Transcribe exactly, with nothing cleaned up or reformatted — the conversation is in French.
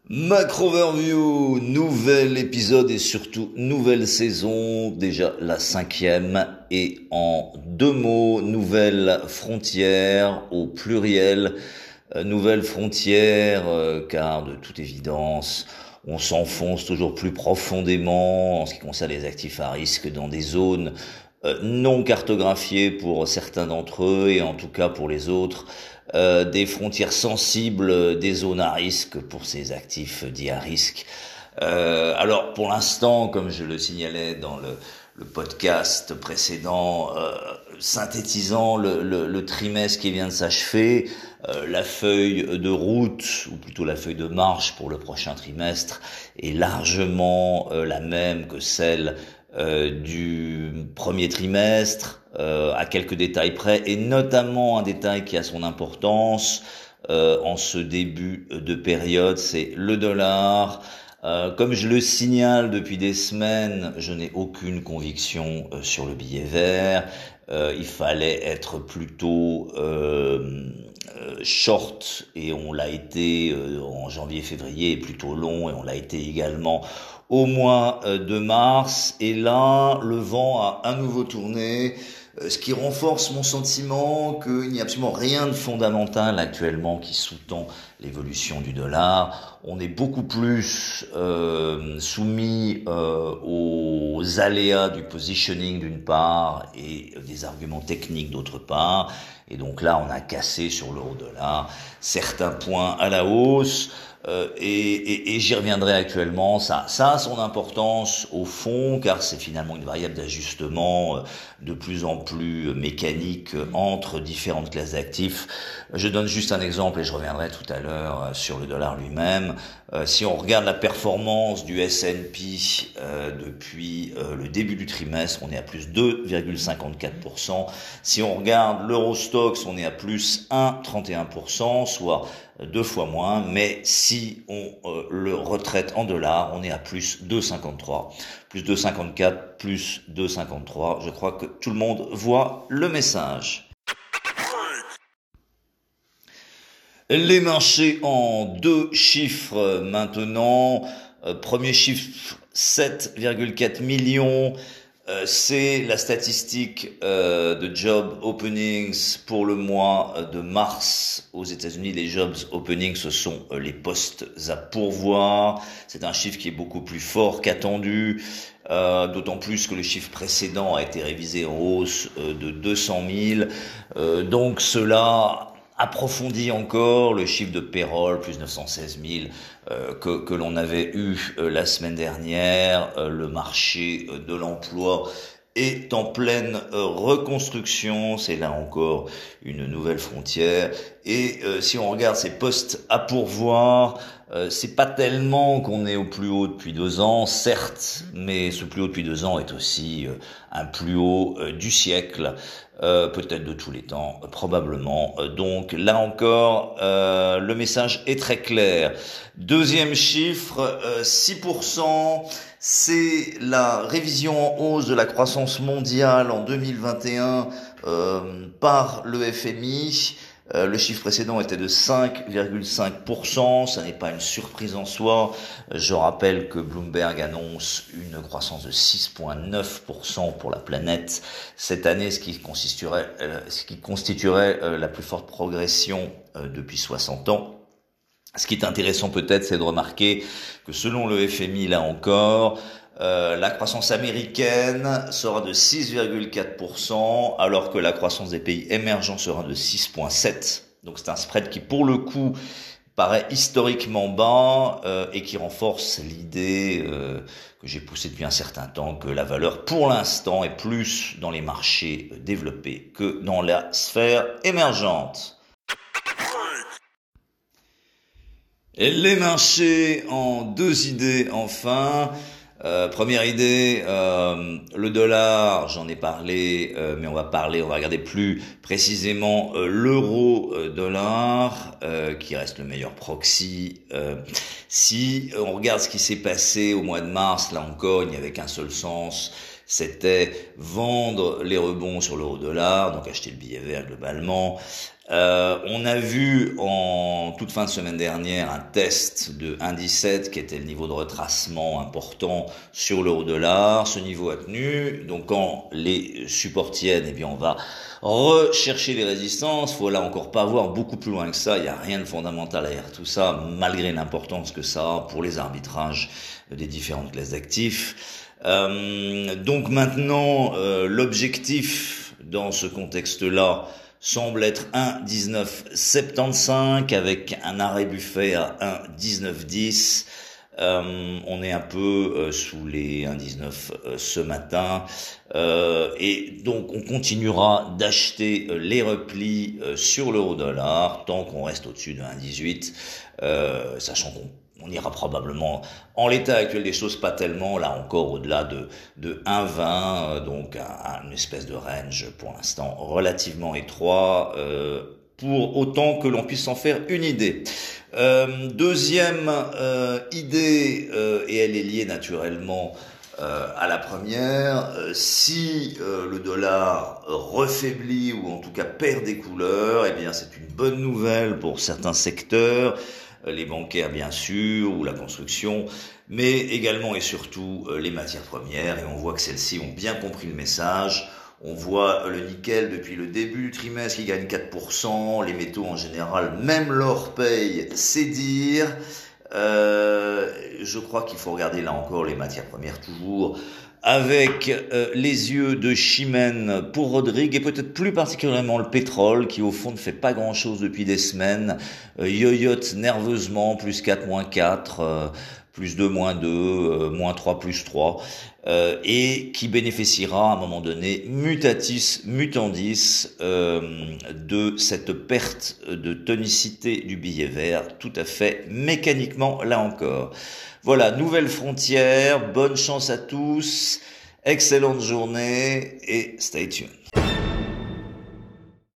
Macro Overview, nouvel épisode et surtout nouvelle saison, déjà la cinquième, et en deux mots, nouvelle frontière au pluriel, euh, nouvelle frontière euh, car de toute évidence, on s'enfonce toujours plus profondément en ce qui concerne les actifs à risque dans des zones euh, non cartographiées pour certains d'entre eux et en tout cas pour les autres. Euh, des frontières sensibles, des zones à risque pour ces actifs dits à risque. Euh, alors pour l'instant, comme je le signalais dans le, le podcast précédent, euh, synthétisant le, le, le trimestre qui vient de s'achever, euh, la feuille de route, ou plutôt la feuille de marche pour le prochain trimestre, est largement euh, la même que celle euh, du premier trimestre, euh, à quelques détails près, et notamment un détail qui a son importance euh, en ce début de période, c'est le dollar. Euh, comme je le signale depuis des semaines, je n'ai aucune conviction euh, sur le billet vert. Euh, il fallait être plutôt euh, euh, short, et on l'a été euh, en janvier-février, et plutôt long, et on l'a été également au mois euh, de mars. Et là, le vent a à nouveau tourné, euh, ce qui renforce mon sentiment qu'il n'y a absolument rien de fondamental actuellement qui sous-tend l'évolution du dollar. On est beaucoup plus euh, soumis euh, aux aléas du positioning d'une part et des arguments techniques d'autre part. Et donc là, on a cassé sur l'euro-dollar certains points à la hausse. Euh, et, et, et j'y reviendrai actuellement. Ça, ça a son importance au fond, car c'est finalement une variable d'ajustement euh, de plus en plus mécanique euh, entre différentes classes d'actifs. Je donne juste un exemple et je reviendrai tout à l'heure euh, sur le dollar lui-même. Euh, si on regarde la performance du S and P euh, depuis euh, le début du trimestre, on est à plus deux virgule cinquante-quatre pour cent. Si on regarde l'Eurostoxx, on est à plus un virgule trente et un pour cent, soit deux fois moins, mais si on euh, le retraite en dollars, on est à plus deux virgule cinquante-trois, plus deux virgule cinquante-quatre, plus deux virgule cinquante-trois. Je crois que tout le monde voit le message. Les marchés en deux chiffres maintenant. Euh, premier chiffre, sept virgule quatre millions. Euh, c'est la statistique euh, de job openings pour le mois de mars aux États-Unis. Les jobs openings, ce sont euh, les postes à pourvoir. C'est un chiffre qui est beaucoup plus fort qu'attendu, euh, d'autant plus que le chiffre précédent a été révisé en hausse euh, de deux cent mille. Euh, donc cela approfondit encore le chiffre de payroll, plus neuf cent seize mille, euh, que, que l'on avait eu euh, la semaine dernière. Euh, le marché euh, de l'emploi est en pleine euh, reconstruction, c'est là encore une nouvelle frontière. Et euh, si on regarde ces postes à pourvoir, euh, c'est pas tellement qu'on est au plus haut depuis deux ans, certes, mais ce plus haut depuis deux ans est aussi euh, un plus haut euh, du siècle. Euh, peut-être de tous les temps, euh, probablement. Euh, donc là encore, euh, le message est très clair. Deuxième chiffre, euh, six pour cent, c'est la révision en hausse de la croissance mondiale en deux mille vingt et un euh, par le F M I. Euh, le chiffre précédent était de cinq virgule cinq pour cent, ça n'est pas une surprise en soi. Je rappelle que Bloomberg annonce une croissance de six virgule neuf pour cent pour la planète cette année, ce qui constituerait, euh, ce qui constituerait euh, la plus forte progression euh, depuis soixante ans. Ce qui est intéressant peut-être, c'est de remarquer que selon le F M I, là encore, Euh, la croissance américaine sera de six virgule quatre pour cent, alors que la croissance des pays émergents sera de six virgule sept pour cent. Donc c'est un spread qui, pour le coup, paraît historiquement bas euh, et qui renforce l'idée euh, que j'ai poussée depuis un certain temps, que la valeur, pour l'instant, est plus dans les marchés développés que dans la sphère émergente. Et les marchés en deux idées, enfin. Euh, première idée, euh, le dollar, j'en ai parlé, euh, mais on va parler, on va regarder plus précisément euh, l'euro-dollar, euh, qui reste le meilleur proxy. Euh, si on regarde ce qui s'est passé au mois de mars, là encore, il n'y avait qu'un seul sens, c'était vendre les rebonds sur l'euro-dollar, donc acheter le billet vert globalement. Euh, on a vu en toute fin de semaine dernière un test de un virgule dix-sept qui était le niveau de retracement important sur l'euro-dollar. Ce niveau a tenu, donc quand les supports tiennent, eh bien on va rechercher les résistances. Faut là encore pas voir beaucoup plus loin que ça. Il n'y a rien de fondamental derrière tout ça, malgré l'importance que ça a pour les arbitrages des différentes classes d'actifs. Euh, donc maintenant, euh, l'objectif dans ce contexte-là semble être un virgule dix-neuf soixante-quinze avec un arrêt buffet à un virgule dix-neuf dix. Euh, on est un peu euh, sous les un virgule dix-neuf euh, ce matin euh, et donc on continuera d'acheter euh, les replis euh, sur l'euro-dollar tant qu'on reste au-dessus de un virgule dix-huit, euh, sachant qu'on on ira probablement, en l'état actuel des choses, pas tellement, là encore au-delà de, de un virgule vingt, euh, donc un, une espèce de range pour l'instant relativement étroit, euh, pour autant que l'on puisse s'en faire une idée. Euh, deuxième euh, idée, euh, et elle est liée naturellement euh, à la première, euh, si euh, le dollar refaiblit ou en tout cas perd des couleurs, eh bien c'est une bonne nouvelle pour certains secteurs, les bancaires bien sûr, ou la construction, mais également et surtout les matières premières, et on voit que celles-ci ont bien compris le message. On voit le nickel depuis le début du trimestre qui gagne quatre pour cent, les métaux en général, même l'or paye, c'est dire. Euh, je crois qu'il faut regarder là encore les matières premières toujours avec euh, les yeux de Chimène pour Rodrigue et peut-être plus particulièrement le pétrole qui au fond ne fait pas grand-chose depuis des semaines, euh, yoyote nerveusement, plus quatre, moins quatre, euh, plus deux, moins deux, euh, moins trois, plus trois, euh, et qui bénéficiera à un moment donné, mutatis mutandis, euh, de cette perte de tonicité du billet vert, tout à fait mécaniquement là encore. Voilà, nouvelle frontière, bonne chance à tous, excellente journée et stay tuned.